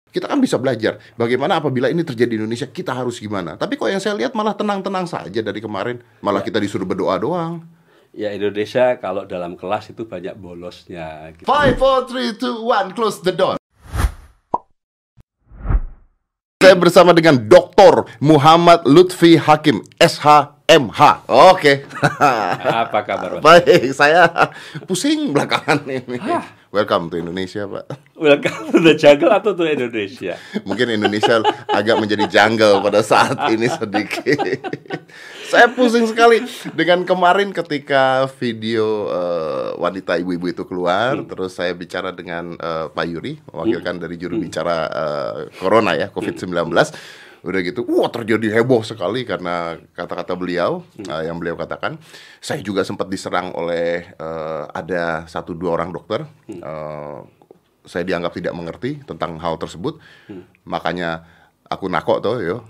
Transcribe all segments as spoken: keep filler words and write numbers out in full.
Kita kan bisa belajar bagaimana apabila ini terjadi di Indonesia, kita harus gimana. Tapi kok yang saya lihat malah tenang-tenang saja dari kemarin, malah Ya. kita disuruh berdoa doang. Ya, Indonesia kalau dalam kelas itu banyak bolosnya gitu. Five, four, three, two, one, close the door. Saya bersama dengan Doktor Muhammad Lutfi Hakim, S H M H. Oke. Apa kabar, Pak? Baik, saya pusing belakangan ini. Welcome to Indonesia, Pak. Welcome to the jungle atau to Indonesia? Mungkin Indonesia agak menjadi jungle pada saat ini sedikit. Saya pusing sekali dengan kemarin ketika video uh, wanita ibu-ibu itu keluar, hmm. terus saya bicara dengan uh, Pak Yuri, mewakilkan hmm. dari juru bicara uh, Corona ya, covid sembilan belas. Udah gitu, wah terjadi heboh sekali karena kata-kata beliau hmm. uh, yang beliau katakan. Saya juga sempat diserang oleh uh, ada satu dua orang dokter. Hmm. Uh, saya dianggap tidak mengerti tentang hal tersebut, hmm. makanya aku nakok tuh yo.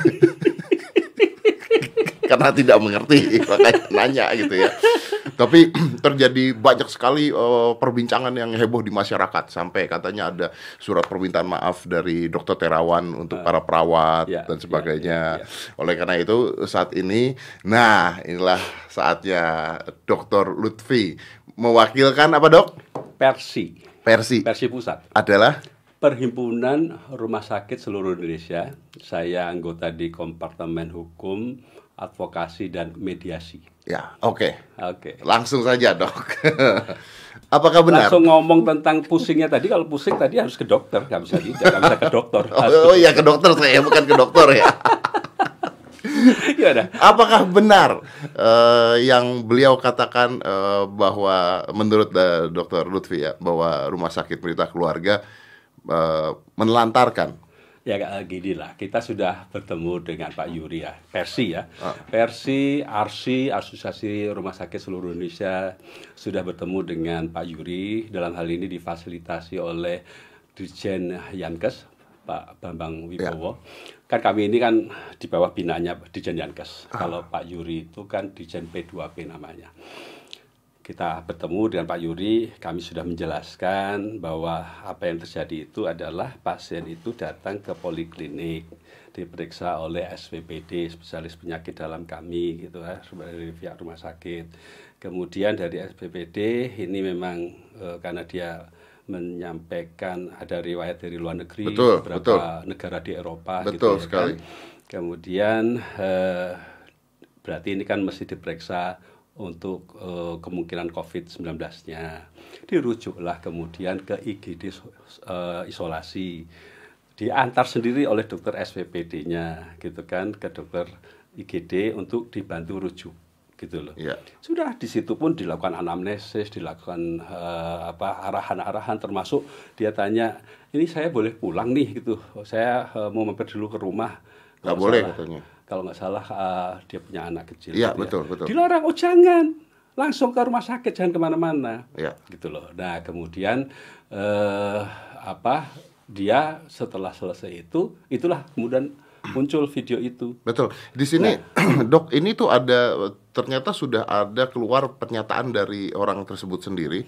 Karena tidak mengerti, makanya nanya gitu ya. Tapi terjadi banyak sekali uh, perbincangan yang heboh di masyarakat. Sampai katanya ada surat permintaan maaf dari dokter Terawan untuk uh, para perawat yeah, dan sebagainya. Yeah, yeah, yeah. Oleh karena itu saat ini, nah inilah saatnya Doktor Lutfi mewakilkan apa dok? Persi. Persi. Persi Pusat. Adalah? Perhimpunan Rumah Sakit Seluruh Indonesia. Saya anggota di Kompartemen Hukum, Advokasi dan Mediasi. Ya, oke. Okay. Oke. Okay. Langsung saja, Dok. Apakah benar? Langsung ngomong tentang pusingnya tadi. Kalau pusing tadi harus ke dokter, nggak bisa tidak, nggak bisa ke dokter. Oh, oh iya ke dokter saya, bukan ke dokter ya. Gimana? Apakah benar uh, yang beliau katakan uh, bahwa menurut uh, Dokter Lutfi ya, bahwa Rumah Sakit Pelita Keluarga uh, menelantarkan? Ya gini lah, kita sudah bertemu dengan Pak Yuri ya, Persi ya, ah. Persi, A R S I, Asosiasi Rumah Sakit Seluruh Indonesia sudah bertemu dengan Pak Yuri, dalam hal ini difasilitasi oleh Dirjen Yankes, Pak Bambang Wibowo. Ya. Kan kami ini kan di bawah binanya Dirjen Yankes, ah. kalau Pak Yuri itu kan Dirjen P dua P namanya. Kita bertemu dengan Pak Yuri, kami sudah menjelaskan bahwa apa yang terjadi itu adalah pasien itu datang ke poliklinik, diperiksa oleh S P P D, spesialis penyakit dalam kami, gitu ya, dari pihak rumah sakit. Kemudian dari S P P D ini memang e, karena dia menyampaikan ada riwayat dari luar negeri, betul, beberapa betul. negara di Eropa, betul gitu sekali. Ya kan? Kemudian e, berarti ini kan mesti diperiksa untuk uh, kemungkinan covid sembilan belas-nya. Dirujuklah kemudian ke I G D uh, isolasi. Diantar sendiri oleh dokter S P P D-nya gitu kan ke dokter I G D untuk dibantu rujuk gitu loh. Ya. Sudah di situ pun dilakukan anamnesis, dilakukan uh, apa arahan-arahan, termasuk dia tanya, "Ini saya boleh pulang nih gitu. Saya uh, mau mampir dulu ke rumah." Nggak boleh katanya. Kalau nggak salah uh, dia punya anak kecil. Iya, gitu betul, ya. betul. Dilarang, oh jangan, langsung ke rumah sakit, jangan kemana-mana. Ya. Gitu loh. Nah kemudian uh, apa dia setelah selesai itu, itulah kemudian muncul video itu. Betul. Di sini, nah. Dok, ini tuh ada ternyata sudah ada keluar pernyataan dari orang tersebut sendiri.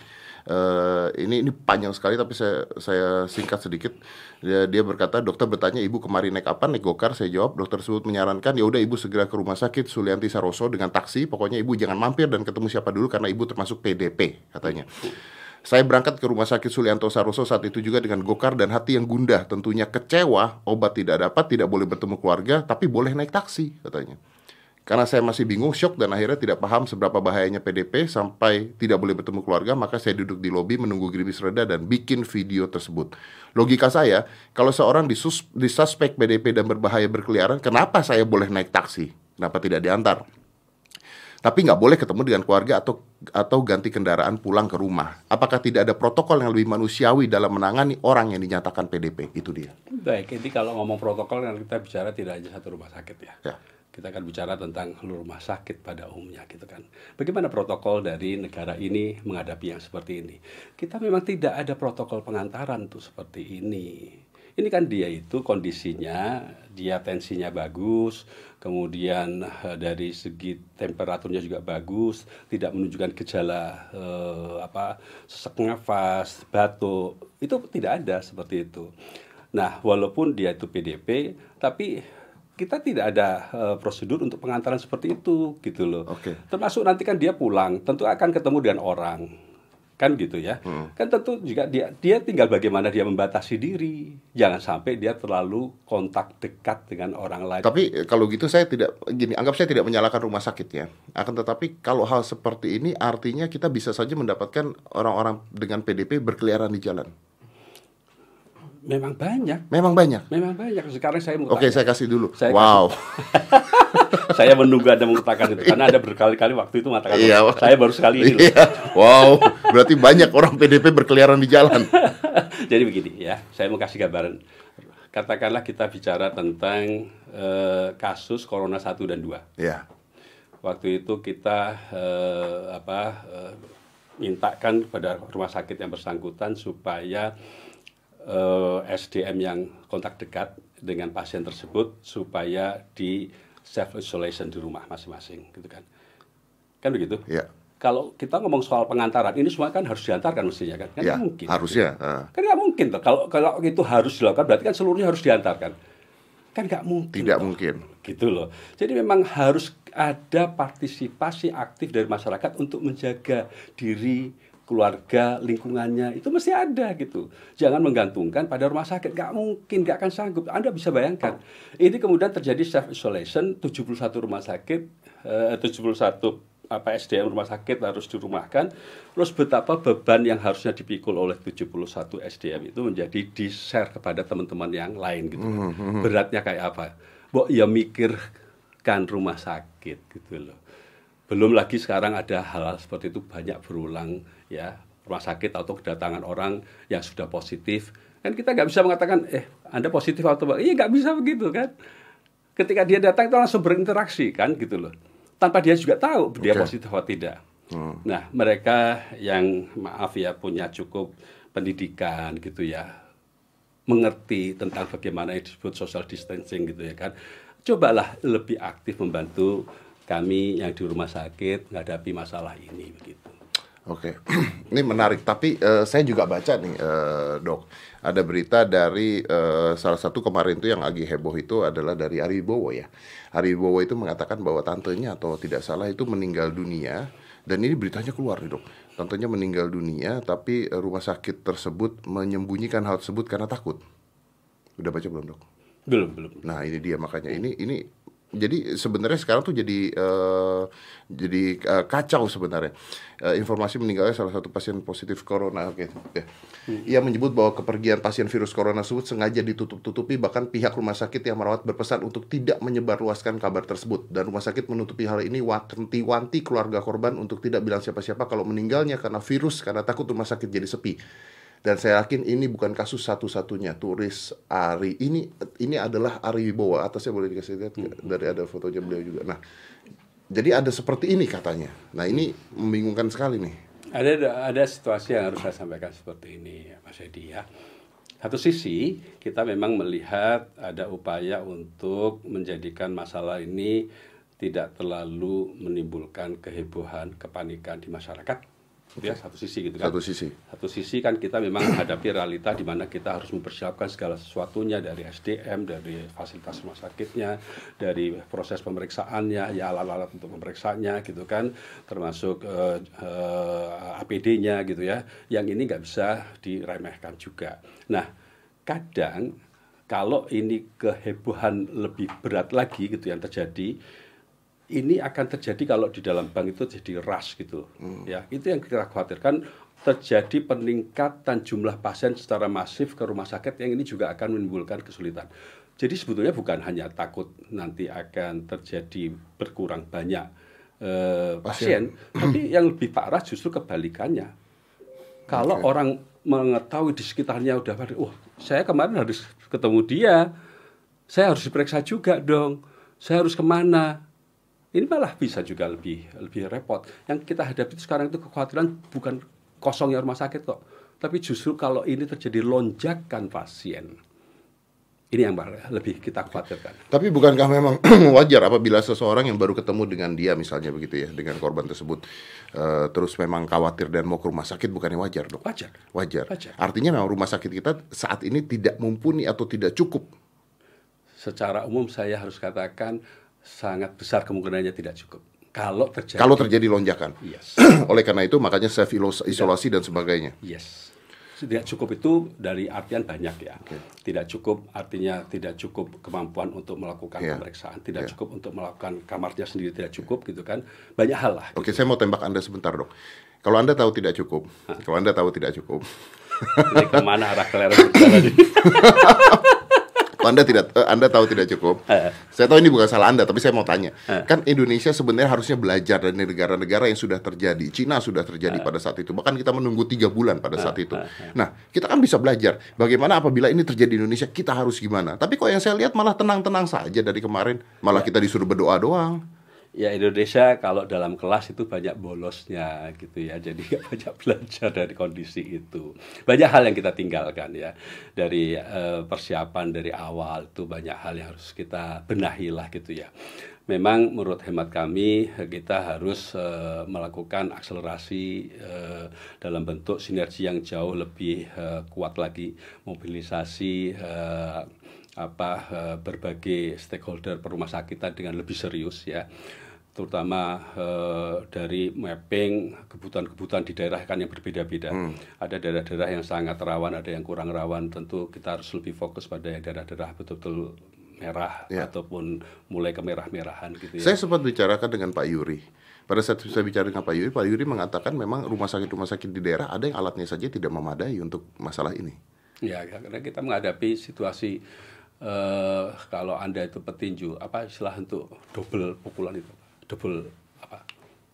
Uh, ini ini panjang sekali tapi saya saya singkat sedikit. Dia, dia berkata, dokter bertanya ibu kemarin naik apa, naik gokar. Saya jawab, dokter tersebut menyarankan ya udah ibu segera ke rumah sakit Sulianti Saroso dengan taksi. Pokoknya ibu jangan mampir dan ketemu siapa dulu karena ibu termasuk P D P katanya. Saya berangkat ke rumah sakit Sulianto Saroso saat itu juga dengan gokar dan hati yang gundah. Tentunya kecewa, obat tidak dapat, tidak boleh bertemu keluarga, tapi boleh naik taksi katanya. Karena saya masih bingung, syok, dan akhirnya tidak paham seberapa bahayanya P D P sampai tidak boleh bertemu keluarga, maka saya duduk di lobi menunggu gerimis reda dan bikin video tersebut. Logika saya, kalau seorang disus, disuspek P D P dan berbahaya berkeliaran, kenapa saya boleh naik taksi? Kenapa tidak diantar? Tapi nggak boleh ketemu dengan keluarga atau atau ganti kendaraan pulang ke rumah. Apakah tidak ada protokol yang lebih manusiawi dalam menangani orang yang dinyatakan P D P? Itu dia. Baik, ini kalau ngomong protokol kan kita bicara tidak hanya satu rumah sakit ya. Ya. Kita akan bicara tentang seluruh rumah sakit pada umumnya gitu kan. Bagaimana protokol dari negara ini menghadapi yang seperti ini? Kita memang tidak ada protokol pengantaran tuh seperti ini. Ini kan dia itu kondisinya, dia tensinya bagus, kemudian eh, dari segi temperaturnya juga bagus, tidak menunjukkan gejala eh, apa sesak nafas, batuk, itu tidak ada seperti itu. Nah, walaupun dia itu P D P, tapi kita tidak ada uh, prosedur untuk pengantaran seperti itu, gitu loh. Oke. Termasuk nanti kan dia pulang, tentu akan ketemu dengan orang, kan gitu ya. Hmm. Kan tentu juga dia dia tinggal bagaimana dia membatasi diri, jangan sampai dia terlalu kontak dekat dengan orang lain. Tapi eh, kalau gitu saya tidak gini, anggap saya tidak menyalahkan rumah sakit ya. Akan tetapi kalau hal seperti ini artinya kita bisa saja mendapatkan orang-orang dengan P D P berkeliaran di jalan. Memang banyak, Memang banyak. memang banyak. Sekarang saya mau Oke, tanya. saya kasih dulu. Saya wow. Saya menunggu Anda mengatakan itu karena ada berkali-kali waktu itu mengatakan Iya. saya baru sekali ini loh. Iya. Wow, berarti banyak orang P D P berkeliaran di jalan. Jadi begini ya, saya mau kasih gambaran. Katakanlah kita bicara tentang eh, kasus Corona satu dan dua. Ya. Waktu itu kita eh, apa eh, mintakan kepada rumah sakit yang bersangkutan supaya eh, S D M yang kontak dekat dengan pasien tersebut supaya di self isolation di rumah masing-masing, gitu kan? Kan begitu? Ya. Kalau kita ngomong soal pengantaran, ini semua kan harus diantarkan mestinya kan? Kan Ya, nggak mungkin. harusnya. ah. Kan nggak mungkin tuh. Kalau kalau itu harus dilakukan, berarti kan seluruhnya harus diantarkan. Kan nggak mungkin. Tidak toh. mungkin. Gitu loh. Jadi memang harus ada partisipasi aktif dari masyarakat untuk menjaga diri, keluarga, lingkungannya. Itu mesti ada gitu. Jangan menggantungkan pada rumah sakit. Nggak mungkin, nggak akan sanggup. Anda bisa bayangkan. Ini kemudian terjadi self-isolation, tujuh puluh satu rumah sakit, eh, tujuh puluh satu apa S D M rumah sakit harus dirumahkan. Terus betapa beban yang harusnya dipikul oleh tujuh puluh satu S D M itu menjadi di-share kepada teman-teman yang lain gitu. Beratnya kayak apa? Mbok ya mikirkan rumah sakit gitu loh. Belum lagi sekarang ada hal-hal seperti itu banyak berulang ya. Rumah sakit atau kedatangan orang yang sudah positif. Kan kita nggak bisa mengatakan, eh Anda positif atau iya nggak bisa begitu kan. Ketika dia datang itu langsung berinteraksi kan gitu loh. Tanpa dia juga tahu dia Oke. positif atau tidak. Hmm. Nah, mereka yang maaf ya punya cukup pendidikan gitu ya, mengerti tentang bagaimana yang disebut social distancing gitu ya kan. Cobalah lebih aktif membantu kami yang di rumah sakit menghadapi masalah ini begitu. Oke, ini menarik. Tapi eh, saya juga baca nih, eh, dok, ada berita dari eh, salah satu kemarin tuh yang lagi heboh itu adalah dari Ari Wibowo ya. Ari Wibowo itu mengatakan bahwa tantenya atau tidak salah itu meninggal dunia, dan ini beritanya keluar nih dok. Tantenya meninggal dunia, tapi eh, rumah sakit tersebut menyembunyikan hal tersebut karena takut. Udah baca belum dok? Belum, belum. Nah ini dia makanya ini ini jadi sebenarnya sekarang tuh jadi eh, jadi eh, kacau sebenarnya. Eh, informasi meninggalnya salah satu pasien positif corona. Oke, oke. Ia menyebut bahwa kepergian pasien virus corona tersebut sengaja ditutup-tutupi, bahkan pihak rumah sakit yang merawat berpesan untuk tidak menyebarluaskan kabar tersebut, dan rumah sakit menutupi hal ini, wanti-wanti keluarga korban untuk tidak bilang siapa-siapa kalau meninggalnya karena virus, karena takut rumah sakit jadi sepi. Dan saya yakin ini bukan kasus satu-satunya. Turis Ari ini ini adalah Ari Wibowo. Atasnya boleh dikasih lihat nggak? Dari ada fotonya beliau juga. Nah, jadi ada seperti ini katanya. Nah, ini membingungkan sekali nih. Ada ada situasi yang harus saya sampaikan seperti ini, Mas Edi ya. Satu sisi kita memang melihat ada upaya untuk menjadikan masalah ini tidak terlalu menimbulkan kehebohan, kepanikan di masyarakat. Ya, satu sisi gitu kan. Satu sisi. Satu sisi kan kita memang menghadapi realita di mana kita harus mempersiapkan segala sesuatunya dari S D M, dari fasilitas rumah sakitnya, dari proses pemeriksaannya, ya alat-alat untuk pemeriksanya gitu kan, termasuk uh, uh, A P D-nya gitu ya. Yang ini nggak bisa diremehkan juga. Nah, kadang kalau ini kehebohan lebih berat lagi gitu yang terjadi, ini akan terjadi kalau di dalam bank itu jadi rush gitu, hmm. ya itu yang kita khawatirkan terjadi peningkatan jumlah pasien secara masif ke rumah sakit yang ini juga akan menimbulkan kesulitan. Jadi sebetulnya bukan hanya takut nanti akan terjadi berkurang banyak eh, pasien, pasien, tapi yang lebih parah justru kebalikannya. Kalau okay. orang mengetahui di sekitarnya udah, wah saya kemarin harus ketemu dia, saya harus diperiksa juga dong, saya harus kemana? Ini malah bisa juga lebih lebih repot. Yang kita hadapi sekarang itu kekhawatiran bukan kosongnya rumah sakit kok, tapi justru kalau ini terjadi lonjakan pasien, Ini yang lebih kita khawatirkan. Tapi bukankah memang wajar apabila seseorang yang baru ketemu dengan dia misalnya begitu ya, dengan korban tersebut, uh, terus memang khawatir dan mau ke rumah sakit, bukannya wajar, Dok? Wajar. Wajar. Wajar. Artinya memang rumah sakit kita saat ini tidak mumpuni atau tidak cukup. Secara umum saya harus katakan sangat besar kemungkinannya tidak cukup. Kalau terjadi Kalau terjadi lonjakan. Yes. Oleh karena itu makanya self isolasi dan sebagainya. Yes. Tidak cukup itu dari artian banyak ya. Okay. Tidak cukup artinya tidak cukup kemampuan untuk melakukan yeah. pemeriksaan, tidak yeah. cukup untuk melakukan kamarnya sendiri, tidak cukup gitu kan. Banyak hal lah. Oke, okay, gitu. Saya mau tembak Anda sebentar, Dok. Kalau Anda tahu tidak cukup, Hah? kalau Anda tahu tidak cukup. Ini kemana arah kelera berjalan ini? Anda tidak, Anda tahu tidak cukup. Uh. Saya tahu ini bukan salah Anda, tapi saya mau tanya. Uh. Kan Indonesia sebenarnya harusnya belajar dari negara-negara yang sudah terjadi. Cina sudah terjadi uh. pada saat itu. Bahkan kita menunggu tiga bulan pada saat itu. Uh. Uh. Nah, kita kan bisa belajar. Bagaimana apabila ini terjadi di Indonesia, kita harus gimana. Tapi kok yang saya lihat malah tenang-tenang saja dari kemarin. Malah kita disuruh berdoa doang. Ya, Indonesia kalau dalam kelas itu banyak bolosnya gitu ya, jadi nggak banyak belajar dari kondisi itu. Banyak hal yang kita tinggalkan ya, dari uh, persiapan dari awal itu banyak hal yang harus kita benahi lah gitu ya. Memang menurut hemat kami kita harus uh, melakukan akselerasi uh, dalam bentuk sinergi yang jauh lebih uh, kuat lagi, mobilisasi uh, apa uh, berbagai stakeholder perumah sakitan dengan lebih serius ya, terutama uh, dari mapping kebutuhan-kebutuhan di daerah kan yang berbeda-beda. Hmm. Ada daerah-daerah yang sangat rawan, ada yang kurang rawan. Tentu kita harus lebih fokus pada daerah-daerah betul-betul merah ya. Ataupun mulai kemerah-merahan gitu ya. Saya sempat bicarakan dengan Pak Yuri. Pada saat saya bicara dengan Pak Yuri, Pak Yuri mengatakan memang rumah sakit-rumah sakit di daerah ada yang alatnya saja tidak memadai untuk masalah ini. Ya, karena kita menghadapi situasi uh, kalau Anda itu petinju, apa istilah untuk double pukulan itu? Double apa?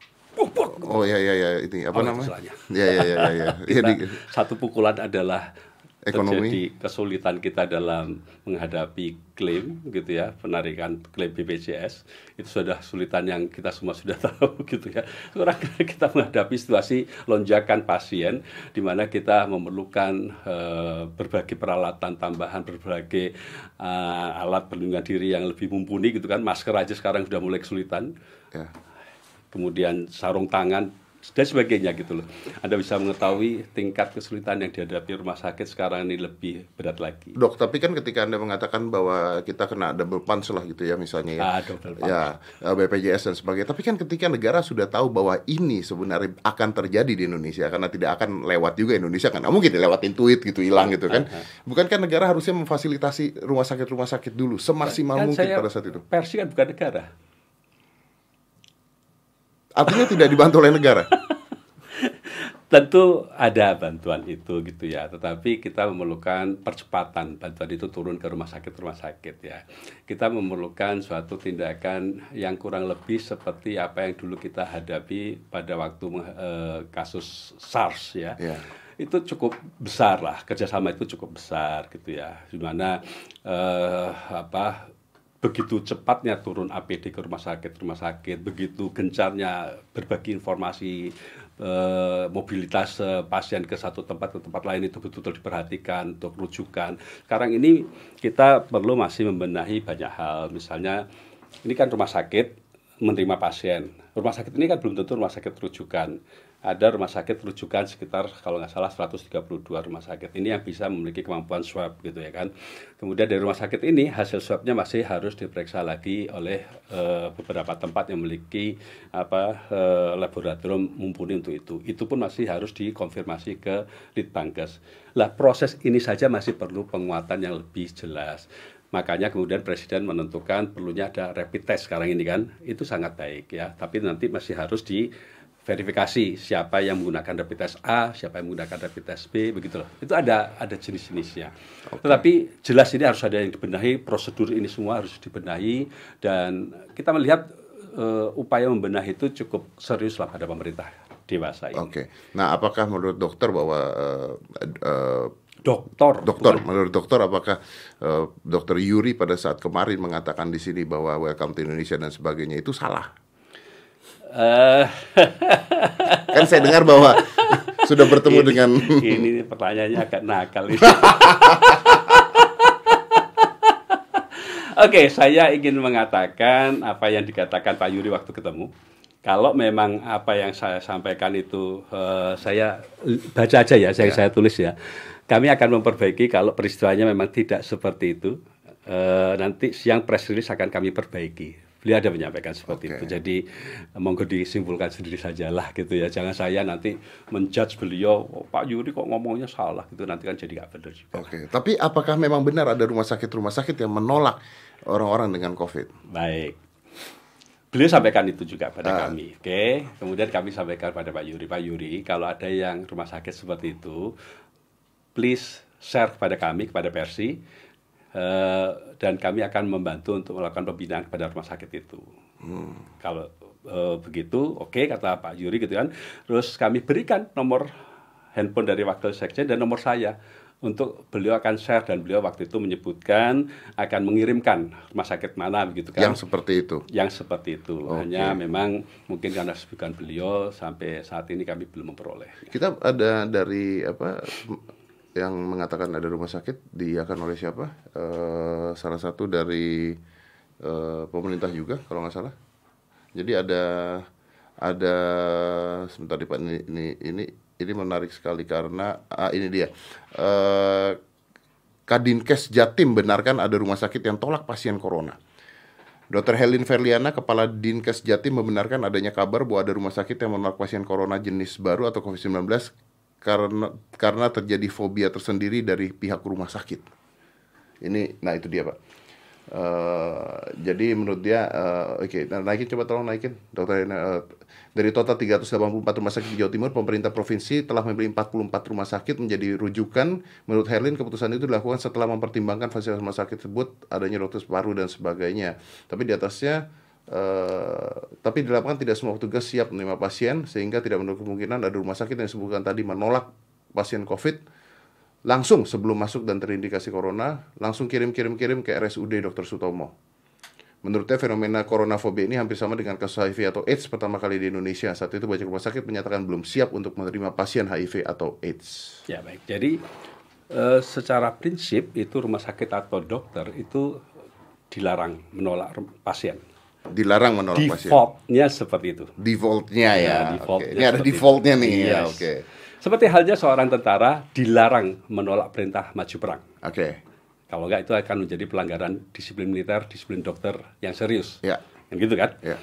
Oh ya ya ya ini apa oh, namanya? Ya ya ya ya. ya. Kita, satu pukulan adalah ekonomi, terjadi kesulitan kita dalam menghadapi klaim gitu ya, penarikan klaim B P J S itu sudah kesulitan yang kita semua sudah tahu gitu ya. Sekarang kita menghadapi situasi lonjakan pasien di mana kita memerlukan uh, berbagai peralatan tambahan, berbagai uh, alat perlindungan diri yang lebih mumpuni gitu kan. Masker aja sekarang sudah mulai kesulitan. Ya. Kemudian sarung tangan dan sebagainya gitu loh. Anda bisa mengetahui tingkat kesulitan yang dihadapi rumah sakit sekarang ini lebih berat lagi. Dok, tapi kan ketika Anda mengatakan bahwa kita kena double punch lah gitu ya misalnya ya. Ah, double punch. Ya, B P J S dan sebagainya. Tapi kan ketika negara sudah tahu bahwa ini sebenarnya akan terjadi di Indonesia karena tidak akan lewat juga Indonesia kan. Nggak mungkin dilewatin tweet gitu hilang gitu kan. Uh-huh. Bukankah negara harusnya memfasilitasi rumah sakit-rumah sakit dulu semaksimal kan mungkin pada saat itu? Persi kan bukan negara. Artinya tidak dibantu oleh negara? Tentu ada bantuan itu gitu ya, tetapi kita memerlukan percepatan bantuan itu turun ke rumah sakit-rumah sakit ya. Kita memerlukan suatu tindakan yang kurang lebih seperti apa yang dulu kita hadapi pada waktu eh, kasus SARS ya. Yeah. Itu cukup besar lah, kerjasama itu cukup besar gitu ya, di mana eh, apa begitu cepatnya turun A P D ke rumah sakit, rumah sakit, begitu gencarnya berbagi informasi, eh, mobilitas eh, pasien ke satu tempat ke tempat lain itu betul-betul diperhatikan untuk rujukan. Sekarang ini kita perlu masih membenahi banyak hal. Misalnya, ini kan rumah sakit menerima pasien. Rumah sakit ini kan belum tentu rumah sakit rujukan. Ada rumah sakit rujukan sekitar kalau nggak salah seratus tiga puluh dua rumah sakit ini yang bisa memiliki kemampuan swab gitu ya kan. Kemudian dari rumah sakit ini hasil swabnya masih harus diperiksa lagi oleh uh, beberapa tempat yang memiliki apa uh, laboratorium mumpuni untuk itu. Itu pun masih harus dikonfirmasi ke Litbangkes. Lah proses ini saja masih perlu penguatan yang lebih jelas. Makanya kemudian Presiden menentukan perlunya ada rapid test sekarang ini kan. Itu sangat baik ya, tapi nanti masih harus di verifikasi siapa yang menggunakan rapid test A, siapa yang menggunakan rapid test B, begitu loh. Itu ada ada jenis-jenisnya. Okay. Tetapi jelas ini harus ada yang dibenahi, prosedur ini semua harus dibenahi, dan kita melihat uh, upaya membenahi itu cukup serius lah pada pemerintah dewasa ini. Oke. Okay. Nah, apakah menurut dokter bahwa uh, uh, Dokter, dokter, bukan. menurut dokter apakah uh, dokter Yuri pada saat kemarin mengatakan di sini bahwa welcome to Indonesia dan sebagainya itu salah? Uh. Kan saya dengar bahwa sudah bertemu ini, dengan ini pertanyaannya agak nakal ini. Oke, saya ingin mengatakan apa yang dikatakan Pak Yuri waktu ketemu. Kalau memang apa yang saya sampaikan itu uh, saya baca aja ya, saya, yeah. saya tulis ya. Kami akan memperbaiki kalau peristiwanya memang tidak seperti itu. Uh, nanti siang press release akan kami perbaiki. Beliau ada menyampaikan seperti okay. itu. Jadi monggo disimpulkan sendiri sajalah gitu ya. Jangan saya nanti menjudge beliau, oh, Pak Yuri kok ngomongnya salah gitu. Nanti kan jadi nggak benar juga. Oke. Okay. Tapi apakah memang benar ada rumah sakit-rumah sakit yang menolak orang-orang dengan COVID? Baik. Beliau sampaikan itu juga pada ah. kami, oke. Okay? Kemudian kami sampaikan pada Pak Yuri, Pak Yuri, kalau ada yang rumah sakit seperti itu, please share kepada kami, kepada Persi, uh, dan kami akan membantu untuk melakukan pembinaan kepada rumah sakit itu. Hmm. Kalau uh, begitu, oke, okay, kata Pak Yuri gitu kan. Terus kami berikan nomor handphone dari wakil sekjen dan nomor saya. Untuk beliau akan share dan beliau waktu itu menyebutkan akan mengirimkan rumah sakit mana begitu kan. Yang seperti itu. Yang seperti itu. Okay. Hanya memang mungkin karena kesibukan beliau sampai saat ini kami belum memperoleh. Kita ada dari apa yang mengatakan ada rumah sakit diiakan oleh siapa? Uh, salah satu dari uh, pemerintah juga kalau nggak salah. Jadi ada ada sebentar Pak ini ini ini Ini menarik sekali karena ah, ini dia uh, Kadinkes Jatim benarkan ada rumah sakit yang tolak pasien corona. dokter Helin Verliana, Kepala Dinkes Jatim membenarkan adanya kabar bahwa ada rumah sakit yang menolak pasien corona jenis baru atau covid sembilan belas karena karena terjadi fobia tersendiri dari pihak rumah sakit. Ini, nah itu dia Pak. Uh, jadi menurut dia, uh, oke, okay, nah, naikin coba tolong naikin, dokter. Uh, dari total tiga ratus delapan puluh empat rumah sakit di Jawa Timur, pemerintah provinsi telah membeli empat puluh empat rumah sakit menjadi rujukan. Menurut Herlin, keputusan itu dilakukan setelah mempertimbangkan fasilitas rumah sakit tersebut, adanya dokter paru dan sebagainya. Tapi di atasnya, uh, tapi di lapangan tidak semua petugas siap menerima pasien, sehingga tidak menutup kemungkinan ada rumah sakit yang disebutkan tadi menolak pasien COVID langsung sebelum masuk dan terindikasi corona, langsung kirim-kirim-kirim ke R S U D dokter Sutomo. Menurutnya fenomena coronafobia ini hampir sama dengan kasus H I V atau AIDS pertama kali di Indonesia. Saat itu banyak rumah sakit menyatakan belum siap untuk menerima pasien H I V atau AIDS. Ya baik, jadi e, secara prinsip itu rumah sakit atau dokter itu dilarang menolak pasien. Dilarang menolak Default pasien. Defaultnya seperti itu. Defaultnya ya. ya default okay. Ini ada defaultnya nih. Yes. Ya, oke. Okay. Seperti halnya seorang tentara dilarang menolak perintah maju perang. Oke. Okay. Kalau enggak itu akan menjadi pelanggaran disiplin militer, disiplin dokter yang serius. Ya. Yang gitu kan? Ya.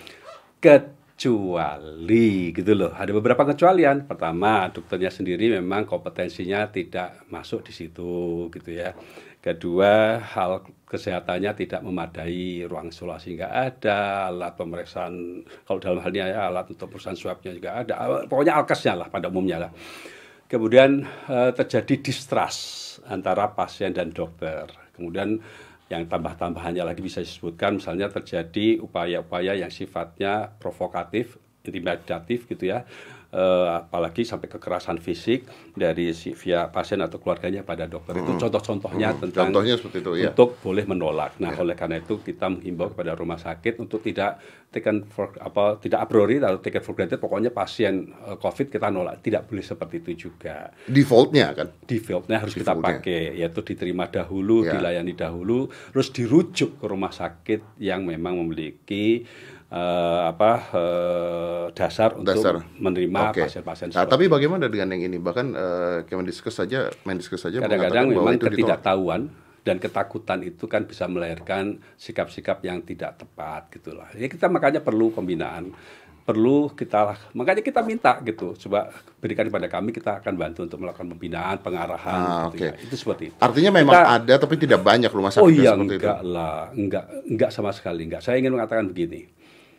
Kecuali gitu loh. Ada beberapa kecualian. Pertama, dokternya sendiri memang kompetensinya tidak masuk di situ gitu ya. Kedua, hal kesehatannya tidak memadai, ruang isolasi nggak ada, alat pemeriksaan, kalau dalam hal ini ya alat untuk pemeriksaan swabnya juga ada, pokoknya alkesnya lah pada umumnya lah. Kemudian eh, terjadi distrust antara pasien dan dokter. Kemudian yang tambah-tambahannya lagi bisa disebutkan misalnya terjadi upaya-upaya yang sifatnya provokatif, intimidatif gitu ya. Uh, apalagi sampai kekerasan fisik dari si via pasien atau keluarganya pada dokter. Hmm. Itu contoh-contohnya hmm. tentang Contohnya seperti itu, ya. Untuk boleh menolak. Nah, ya. Oleh karena itu kita menghimbau kepada rumah sakit untuk tidak taken for, apa tidak a priori atau taken for granted. Pokoknya pasien uh, COVID kita nolak. Tidak boleh seperti itu juga. Defaultnya kan? Defaultnya harus Defaultnya. kita pakai, yaitu diterima dahulu, ya. Dilayani dahulu, terus dirujuk ke rumah sakit yang memang memiliki Uh, apa uh, dasar untuk dasar. menerima okay. pasien-pasien. Nah, tapi bagaimana dengan yang ini? Bahkan uh, Kemendikbud saja, Mendikbud saja kadang-kadang memang ketidaktahuan dan ketakutan itu kan bisa melahirkan sikap-sikap yang tidak tepat gitulah. Ya kita makanya perlu pembinaan, perlu kita makanya kita minta gitu, coba berikan kepada kami, kita akan bantu untuk melakukan pembinaan, pengarahan. Ah, gitu okay. ya. Itu seperti itu. Artinya memang kita, ada tapi tidak banyak rumah sakit oh iya, seperti enggak itu. lah, enggak enggak sama sekali enggak. Saya ingin mengatakan begini.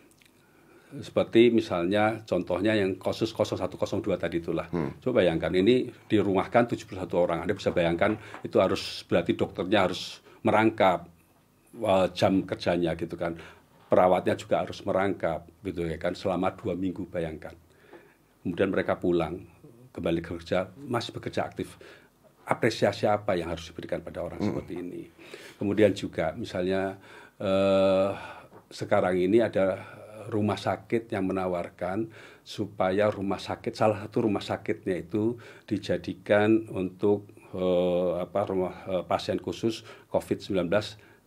Seperti misalnya contohnya yang kasus nol satu nol dua tadi itulah. Hmm. Coba bayangkan ini dirumahkan tujuh puluh satu orang. Anda bisa bayangkan itu harus berarti dokternya harus merangkap uh, jam kerjanya gitu kan. Perawatnya juga harus merangkap gitu ya kan selama dua minggu bayangkan. Kemudian mereka pulang kembali kerja masih bekerja aktif. Apresiasi apa yang harus diberikan pada orang hmm. seperti ini. Kemudian juga misalnya uh, sekarang ini ada rumah sakit yang menawarkan supaya rumah sakit, salah satu rumah sakitnya itu dijadikan untuk uh, apa rumah uh, pasien khusus covid sembilan belas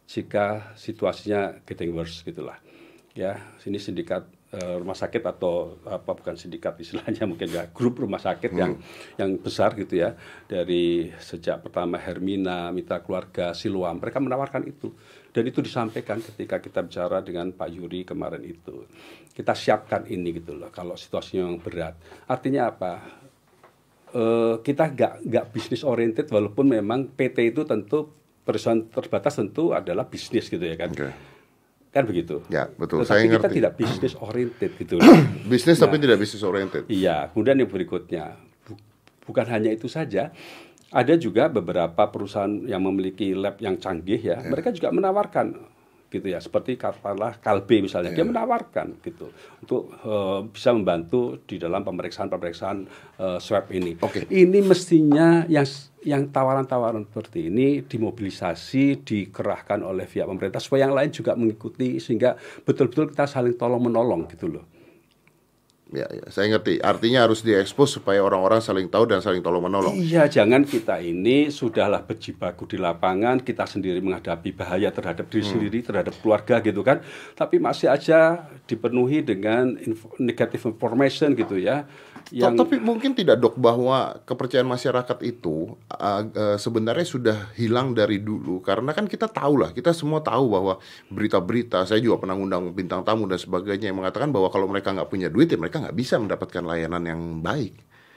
jika situasinya getting worse gitulah. Ya, sini sindikat uh, rumah sakit atau apa bukan sindikat istilahnya mungkin ya grup rumah sakit hmm. yang yang besar gitu ya, dari sejak pertama Hermina, Mitra Keluarga, Siloam, mereka menawarkan itu. Dan itu disampaikan ketika kita bicara dengan Pak Yuri kemarin itu. Kita siapkan ini gitu loh kalau situasinya yang berat. Artinya apa? Uh, kita nggak nggak bisnis oriented, walaupun memang P T itu tentu perusahaan terbatas tentu adalah bisnis gitu ya kan. Okay. Kan begitu. Ya, betul. Tetapi saya kita ngerti. tidak bisnis oriented gitu. Bisnis nah, tapi tidak bisnis oriented. Iya, kemudian yang berikutnya bu- bukan hanya itu saja. Ada juga beberapa perusahaan yang memiliki lab yang canggih ya, ya. Mereka juga menawarkan gitu ya, seperti katakanlah Kalbe misalnya, ya. Dia menawarkan gitu untuk uh, bisa membantu di dalam pemeriksaan-pemeriksaan uh, swab ini. Okay. Ini mestinya yang yang tawaran-tawaran seperti ini dimobilisasi, dikerahkan oleh pihak pemerintah supaya yang lain juga mengikuti sehingga betul-betul kita saling tolong-menolong gitu loh. Ya, ya, saya ngerti. Artinya harus diekspos supaya orang-orang saling tahu dan saling tolong-menolong. Iya, jangan kita ini sudahlah berjibaku di lapangan, kita sendiri menghadapi bahaya terhadap diri hmm. sendiri, terhadap keluarga gitu kan. Tapi masih aja dipenuhi dengan info, negative information gitu ya. Yang... Tapi mungkin tidak Dok bahwa kepercayaan masyarakat itu uh, uh, sebenarnya sudah hilang dari dulu. Karena kan kita tahu lah, kita semua tahu bahwa berita-berita, saya juga pernah ngundang bintang tamu dan sebagainya yang mengatakan bahwa kalau mereka nggak punya duit ya mereka nggak bisa mendapatkan layanan yang baik.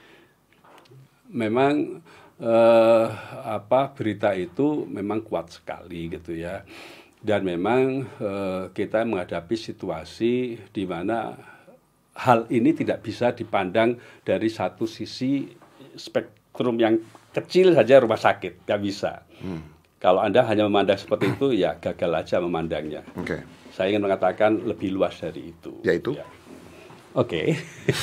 Memang uh, apa berita itu memang kuat sekali gitu ya. Dan memang uh, kita menghadapi situasi di mana hal ini tidak bisa dipandang dari satu sisi spektrum yang kecil saja rumah sakit, nggak bisa. Hmm. Kalau Anda hanya memandang seperti itu, ya gagal aja memandangnya. Okay. Saya ingin mengatakan lebih luas dari itu. Yaitu? Ya. Oke.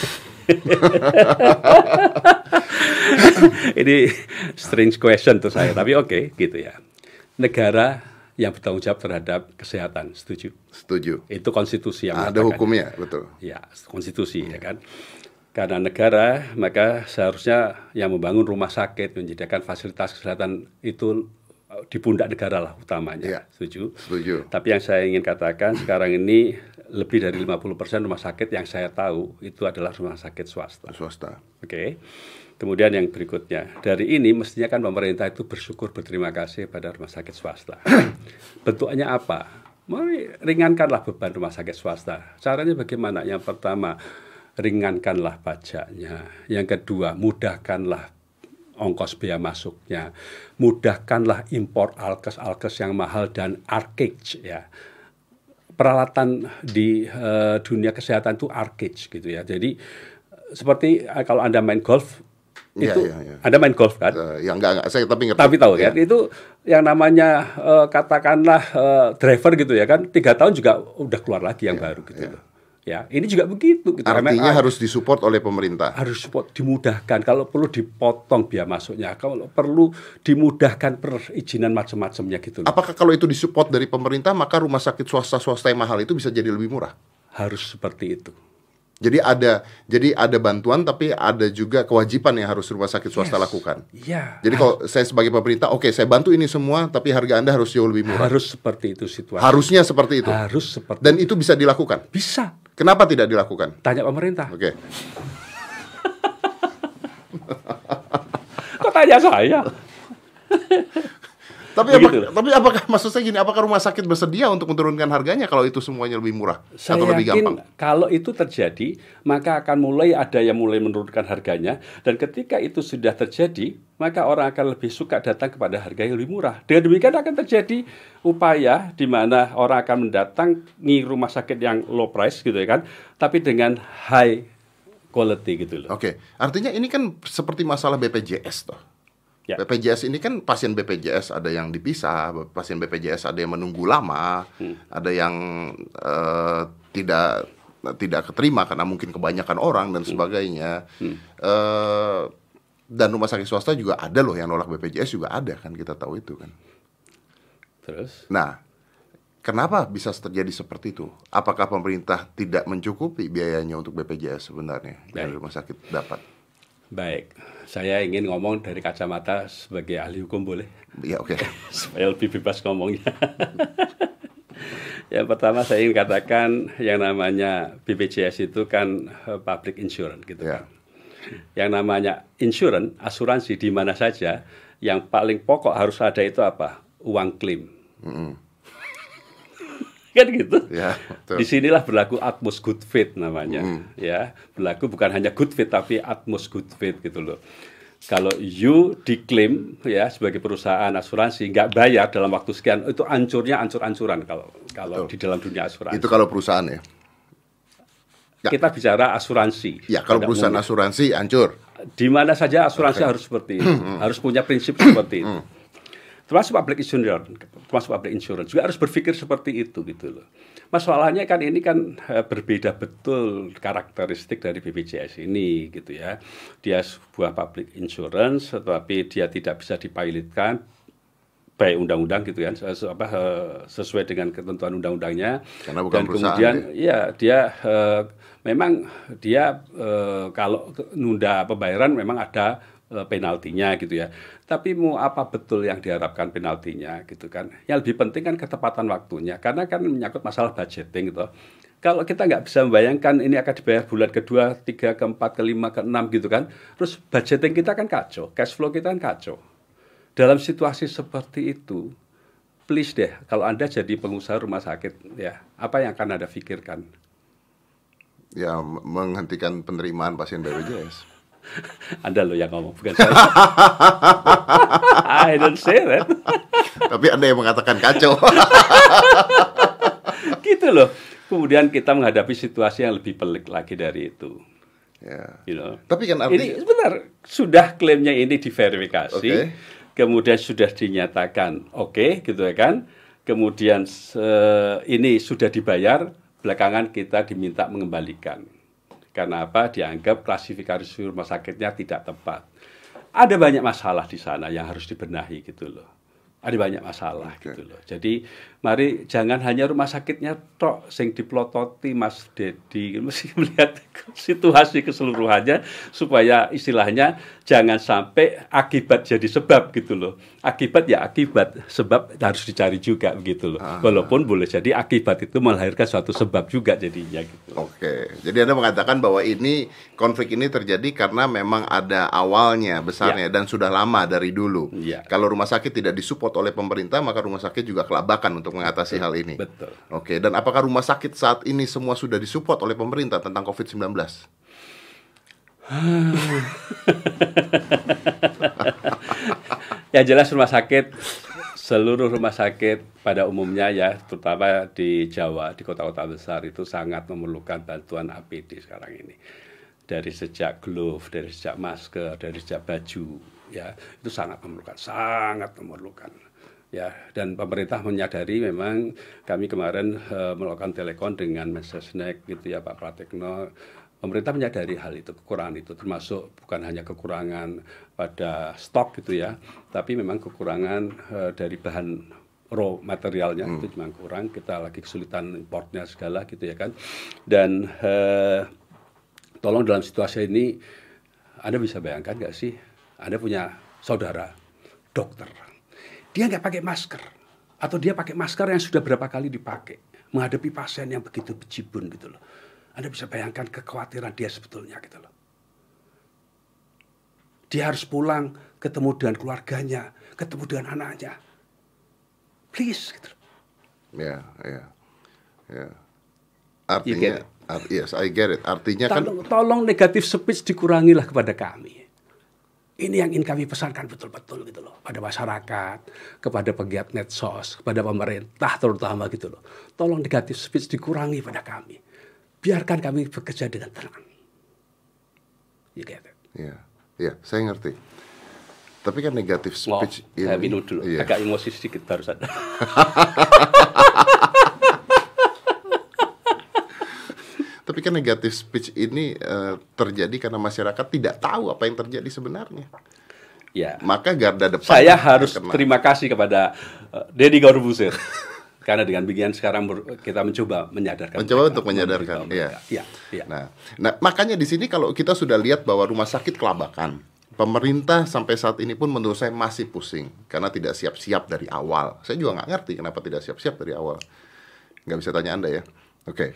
Okay. Ini strange question tuh saya, tapi oke okay, gitu ya. Negara yang bertanggung jawab terhadap kesehatan, setuju? Setuju. Itu konstitusi yang ada hukumnya, betul. Ya, konstitusi hmm. ya kan. Karena negara, maka seharusnya yang membangun rumah sakit, menyediakan fasilitas kesehatan itu di pundak negara lah utamanya. Ya. Setuju? Setuju. Tapi yang saya ingin katakan sekarang ini lebih dari lima puluh persen rumah sakit yang saya tahu itu adalah rumah sakit swasta. Swasta. Oke. Okay. Kemudian yang berikutnya, dari ini mestinya kan pemerintah itu bersyukur, berterima kasih pada rumah sakit swasta. Bentuknya apa? Mari ringankanlah beban rumah sakit swasta. Caranya bagaimana? Yang pertama, ringankanlah pajaknya. Yang kedua, mudahkanlah ongkos biaya masuknya. Mudahkanlah impor alkes-alkes yang mahal dan arcade ya. Peralatan di uh, dunia kesehatan itu arcade gitu ya. Jadi seperti uh, kalau Anda main golf, Ya, itu ya, ya. Anda main golf kan? Uh, ya enggak enggak saya tapi ngerti. Tapi tahu ya. kan itu yang namanya uh, katakanlah uh, driver gitu ya kan, tiga tahun juga udah keluar lagi yang ya, baru gitu ya. Loh. Ya, ini juga begitu. Gitu. Artinya M R I harus disupport oleh pemerintah. Harus support, dimudahkan. Kalau perlu dipotong biaya masuknya, kalau perlu dimudahkan perizinan macam-macamnya gitu. Loh. Apakah kalau itu disupport dari pemerintah, maka rumah sakit swasta-swasta yang mahal itu bisa jadi lebih murah? Harus seperti itu. Jadi ada, jadi ada bantuan, tapi ada juga kewajiban yang harus rumah sakit swasta yes. lakukan. Iya. Jadi kalau saya sebagai pemerintah, oke, okay, saya bantu ini semua, tapi harga Anda harus jauh lebih murah. Harus seperti itu situasi. Harusnya seperti itu. Harus seperti. Dan itu bisa dilakukan. Bisa. Kenapa tidak dilakukan? Tanya pemerintah. Oke. Okay. Kok tanya saya? Tapi, apa, tapi apakah maksud saya gini, apakah rumah sakit bersedia untuk menurunkan harganya kalau itu semuanya lebih murah saya atau lebih gampang? Kalau itu terjadi, maka akan mulai ada yang mulai menurunkan harganya, dan ketika itu sudah terjadi, maka orang akan lebih suka datang kepada harga yang lebih murah. Dengan demikian akan terjadi upaya di mana orang akan mendatangi rumah sakit yang low price gitu ya kan, tapi dengan high quality gitu loh. Oke, artinya ini kan seperti masalah B P J S toh. Ya. B P J S ini kan pasien B P J S ada yang dipisah, pasien B P J S ada yang menunggu lama, hmm. ada yang uh, tidak tidak keterima karena mungkin kebanyakan orang dan sebagainya. Hmm. Uh, dan rumah sakit swasta juga ada loh yang nolak B P J S juga ada kan, kita tahu itu kan. Terus? Nah, kenapa bisa terjadi seperti itu? Apakah pemerintah tidak mencukupi biayanya untuk B P J S sebenarnya yang rumah sakit dapat? Baik, saya ingin ngomong dari kacamata sebagai ahli hukum boleh? Ya oke. Supaya lebih bebas ngomongnya. Yang pertama saya ingin katakan yang namanya B P J S itu kan uh, public insurance gitu Ya. kan. Yang namanya insurance, asuransi di mana saja, yang paling pokok harus ada itu apa? Uang klaim. Mm-mm. Kan gitu. Ya, betul. Disinilah berlaku utmost good faith namanya. Ya, berlaku bukan hanya good faith tapi utmost good faith gitu loh. Kalau you diklaim ya sebagai perusahaan asuransi nggak bayar dalam waktu sekian, itu ancurnya ancur-ancuran kalau kalau Betul. di dalam dunia asuransi. Itu kalau perusahaan ya. Ya. Kita bicara asuransi. Ya, kalau pada perusahaan umumnya. asuransi hancur. Di mana saja asuransi harus seperti itu, harus punya prinsip seperti itu. Termasuk public insurance, termasuk public insurance juga harus berpikir seperti itu gitu loh. Masalahnya kan ini kan eh, berbeda betul karakteristik dari B P J S ini gitu ya. Dia sebuah public insurance, tetapi dia tidak bisa dipilotkan baik undang-undang gitu kan, sesu- apa, eh, sesuai dengan ketentuan undang-undangnya. Karena bukan Dan perusahaan, kemudian ya dia eh, memang dia eh, kalau ke- nunda pembayaran memang ada eh, penaltinya gitu ya. Tapi mau apa betul yang diharapkan penaltinya gitu kan. Yang lebih penting kan ketepatan waktunya. Karena kan menyangkut masalah budgeting gitu. Kalau kita nggak bisa membayangkan ini akan dibayar bulan kedua, tiga, keempat, kelima, keenam gitu kan. Terus budgeting kita kan kacau, cash flow kita kan kacau. Dalam situasi seperti itu, please deh, kalau Anda jadi pengusaha rumah sakit, ya apa yang akan Anda pikirkan? Ya, m- menghentikan penerimaan pasien B P J S. Anda loh yang ngomong, bukan saya. I don't say that. Tapi Anda yang mengatakan kacau. Gitu loh. Kemudian kita menghadapi situasi yang lebih pelik lagi dari itu. Ya. You know. Tapi kan Ini artinya benar, sudah klaimnya ini diverifikasi, Oke. kemudian sudah dinyatakan oke, gitu ya kan. Kemudian se- ini sudah dibayar, belakangan kita diminta mengembalikan. Karena apa? Dianggap klasifikasi rumah sakitnya tidak tepat. Ada banyak masalah di sana yang harus dibenahi gitu loh. Ada banyak masalah Oke. gitu loh. Jadi mari jangan hanya rumah sakitnya tok sing diplototi Mas Dedi, mesti melihat situasi keseluruhannya supaya istilahnya jangan sampai akibat jadi sebab gitu loh. Akibat ya akibat, sebab harus dicari juga begitu loh. Ah. Walaupun boleh jadi akibat itu melahirkan suatu sebab juga jadinya gitu. Oke, jadi Anda mengatakan bahwa ini konflik ini terjadi karena memang ada awalnya besarnya dan sudah lama dari dulu. Ya. Kalau rumah sakit tidak disupport oleh pemerintah, maka rumah sakit juga kelabakan untuk mengatasi hal ini. Betul. Oke, dan apakah rumah sakit saat ini semua sudah disupport oleh pemerintah tentang covid sembilan belas? Yang jelas rumah sakit, seluruh rumah sakit pada umumnya ya, terutama di Jawa, di kota-kota besar itu sangat memerlukan bantuan A P D sekarang ini. Dari sejak glove, dari sejak masker, dari sejak baju, ya itu sangat memerlukan, sangat memerlukan. Ya, dan pemerintah menyadari memang kami kemarin eh, melakukan telepon dengan Mensesnek gitu ya Pak Pratikno. Pemerintah menyadari hal itu, kekurangan itu, termasuk bukan hanya kekurangan pada stok gitu ya, tapi memang kekurangan eh, dari bahan raw materialnya itu memang kurang. Kita lagi kesulitan importnya segala gitu ya kan. Dan eh, tolong dalam situasi ini, Anda bisa bayangkan nggak sih, Anda punya saudara dokter, dia nggak pakai masker, atau dia pakai masker yang sudah berapa kali dipakai, menghadapi pasien yang begitu bejibun gitu loh. Anda bisa bayangkan kekhawatiran dia sebetulnya gitu loh. Dia harus pulang, ketemu dengan keluarganya, ketemu dengan anaknya. Please gitu loh. Ya, ya, ya. You get Artinya, art- yes, I get it. Artinya kan, Tolong, tolong negatif speech dikurangilah kepada kami. Ini yang ingin kami pesankan betul-betul gitu loh pada masyarakat, kepada pegiat medsos, kepada pemerintah terutama gitu loh. Tolong negatif speech dikurangi pada kami. Biarkan kami bekerja dengan tenang. You get it? ya, ya, saya ngerti. Tapi kan negatif Mau, speech saya ini, minum dulu. iya. Agak emosi sedikit barusan. Tapi kan negatif speech ini eh, terjadi karena masyarakat tidak tahu apa yang terjadi sebenarnya. Ya. Maka garda depan Saya yang harus kena. terima kasih kepada uh, Deddy Corbuzier Karena dengan demikian sekarang kita mencoba menyadarkan. Mencoba mereka, untuk menyadarkan, iya. Ya, ya. Nah, nah, makanya di sini kalau kita sudah lihat bahwa rumah sakit kelabakan, pemerintah sampai saat ini pun menurut saya masih pusing karena tidak siap-siap dari awal. Saya juga nggak ngerti kenapa tidak siap-siap dari awal. Nggak bisa tanya Anda ya. Oke. Okay.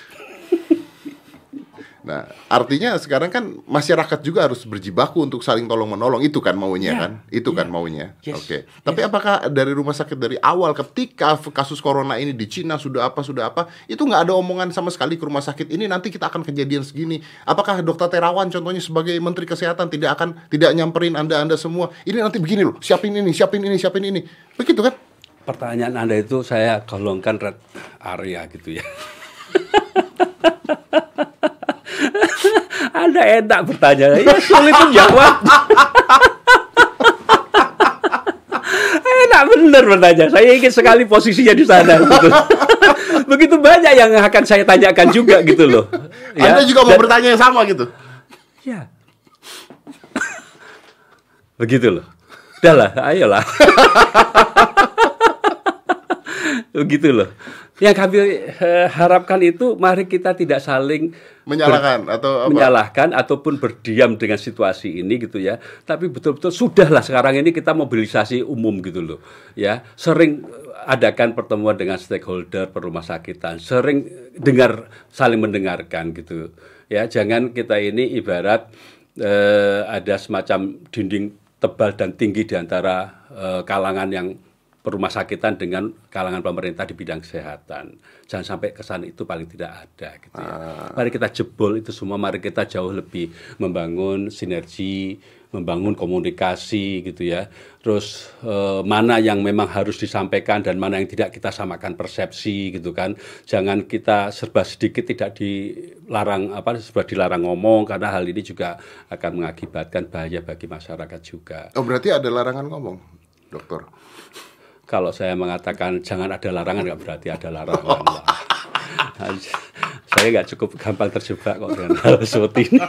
Nah, artinya sekarang kan masyarakat juga harus berjibaku untuk saling tolong-menolong. Itu kan maunya yeah, kan? Itu yeah. kan maunya. Yes. Oke. Okay. Tapi yes. apakah dari rumah sakit dari awal ketika kasus corona ini di Cina sudah apa, sudah apa, itu nggak ada omongan sama sekali ke rumah sakit ini nanti kita akan kejadian segini. Apakah Dokter Terawan contohnya sebagai Menteri Kesehatan tidak akan, tidak nyamperin Anda-Anda semua. Ini nanti begini loh, siapin ini, siapin ini, siapin ini. Begitu kan? Pertanyaan Anda itu saya golongkan red area gitu ya. Anda enak bertanya, ya sulit menjawab. Enak bener bertanya. Saya ingin sekali posisinya di sana. Gitu. Begitu banyak yang akan saya tanyakan juga gitu loh. Ya. Anda juga mau Dan, bertanya yang sama gitu? Ya. Begitu loh. Udahlah, ayolah. Begitu loh. Yang kami eh, harapkan itu mari kita tidak saling menyalahkan ber, atau apa? menyalahkan ataupun berdiam dengan situasi ini gitu ya. Tapi betul-betul sudahlah sekarang ini kita mobilisasi umum gitu loh. Ya, sering adakan pertemuan dengan stakeholder perumah sakitan, sering dengar saling mendengarkan gitu. Ya, jangan kita ini ibarat eh, ada semacam dinding tebal dan tinggi di antara eh, kalangan yang perumah sakitan dengan kalangan pemerintah di bidang kesehatan. Jangan sampai kesan itu paling tidak ada gitu ya. Ah. Mari kita jebol itu semua, mari kita jauh lebih membangun sinergi, membangun komunikasi gitu ya. Terus eh, mana yang memang harus disampaikan dan mana yang tidak, kita samakan persepsi gitu kan. Jangan kita serba sedikit tidak dilarang apa serba dilarang ngomong, karena hal ini juga akan mengakibatkan bahaya bagi masyarakat juga. Oh, berarti ada larangan ngomong, dokter? Kalau saya mengatakan jangan ada larangan, nggak berarti ada larangan. Oh. Saya nggak cukup gampang terjebak kok dengan hal seperti ini.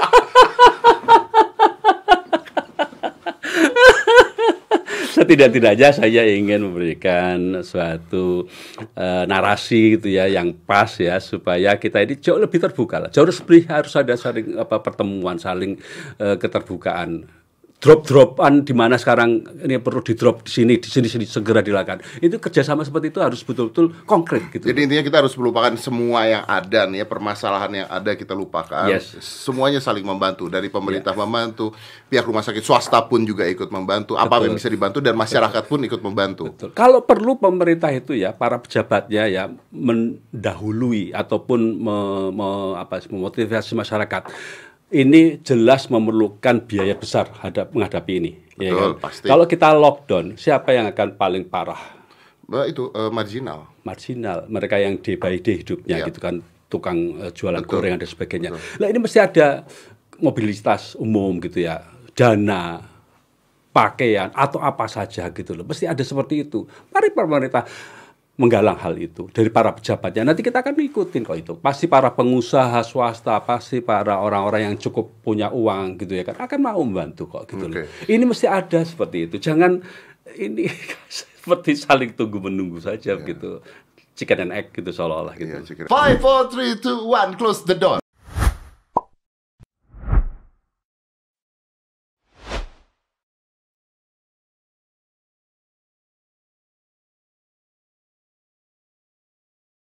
Setidak-tidaknya saya ingin memberikan suatu uh, narasi gitu ya yang pas ya, supaya kita ini jauh lebih terbuka lah. Jauh lebih harus ada saling apa pertemuan, saling uh, keterbukaan. Drop-dropan di mana sekarang ini perlu di drop di sini, di sini, sini segera dilakukan. Itu kerjasama seperti itu harus betul-betul konkret gitu. Jadi intinya kita harus melupakan semua yang ada nih ya, permasalahan yang ada kita lupakan. Yes. Semuanya saling membantu, dari pemerintah yeah. membantu, pihak rumah sakit swasta pun juga ikut membantu, betul. Apa yang bisa dibantu dan masyarakat betul. pun ikut membantu. Betul. Kalau perlu pemerintah itu ya, para pejabatnya ya mendahului ataupun me, me, apa, memotivasi masyarakat. Ini jelas memerlukan biaya besar hadap, menghadapi ini. Betul, ya kan? Pasti. Kalau kita lockdown, siapa yang akan paling parah? Bah, itu uh, marginal. Marginal. Mereka yang day by day hidupnya, yeah. gitu kan, tukang uh, jualan Betul. gorengan dan sebagainya. Nah ini mesti ada mobilitas umum gitu ya, dana, pakaian atau apa saja gitu loh. Mesti ada seperti itu. Mari pemerintah menggalang hal itu dari para pejabatnya. Nanti kita akan ikutin kok itu. Pasti para pengusaha swasta, pasti para orang-orang yang cukup punya uang gitu ya kan akan mau membantu kok gitu okay. loh. Ini mesti ada seperti itu. Jangan ini seperti saling tunggu menunggu saja yeah. gitu. Chicken and egg gitu seolah-olah gitu. Yeah, five, four, three, two, one, close the door.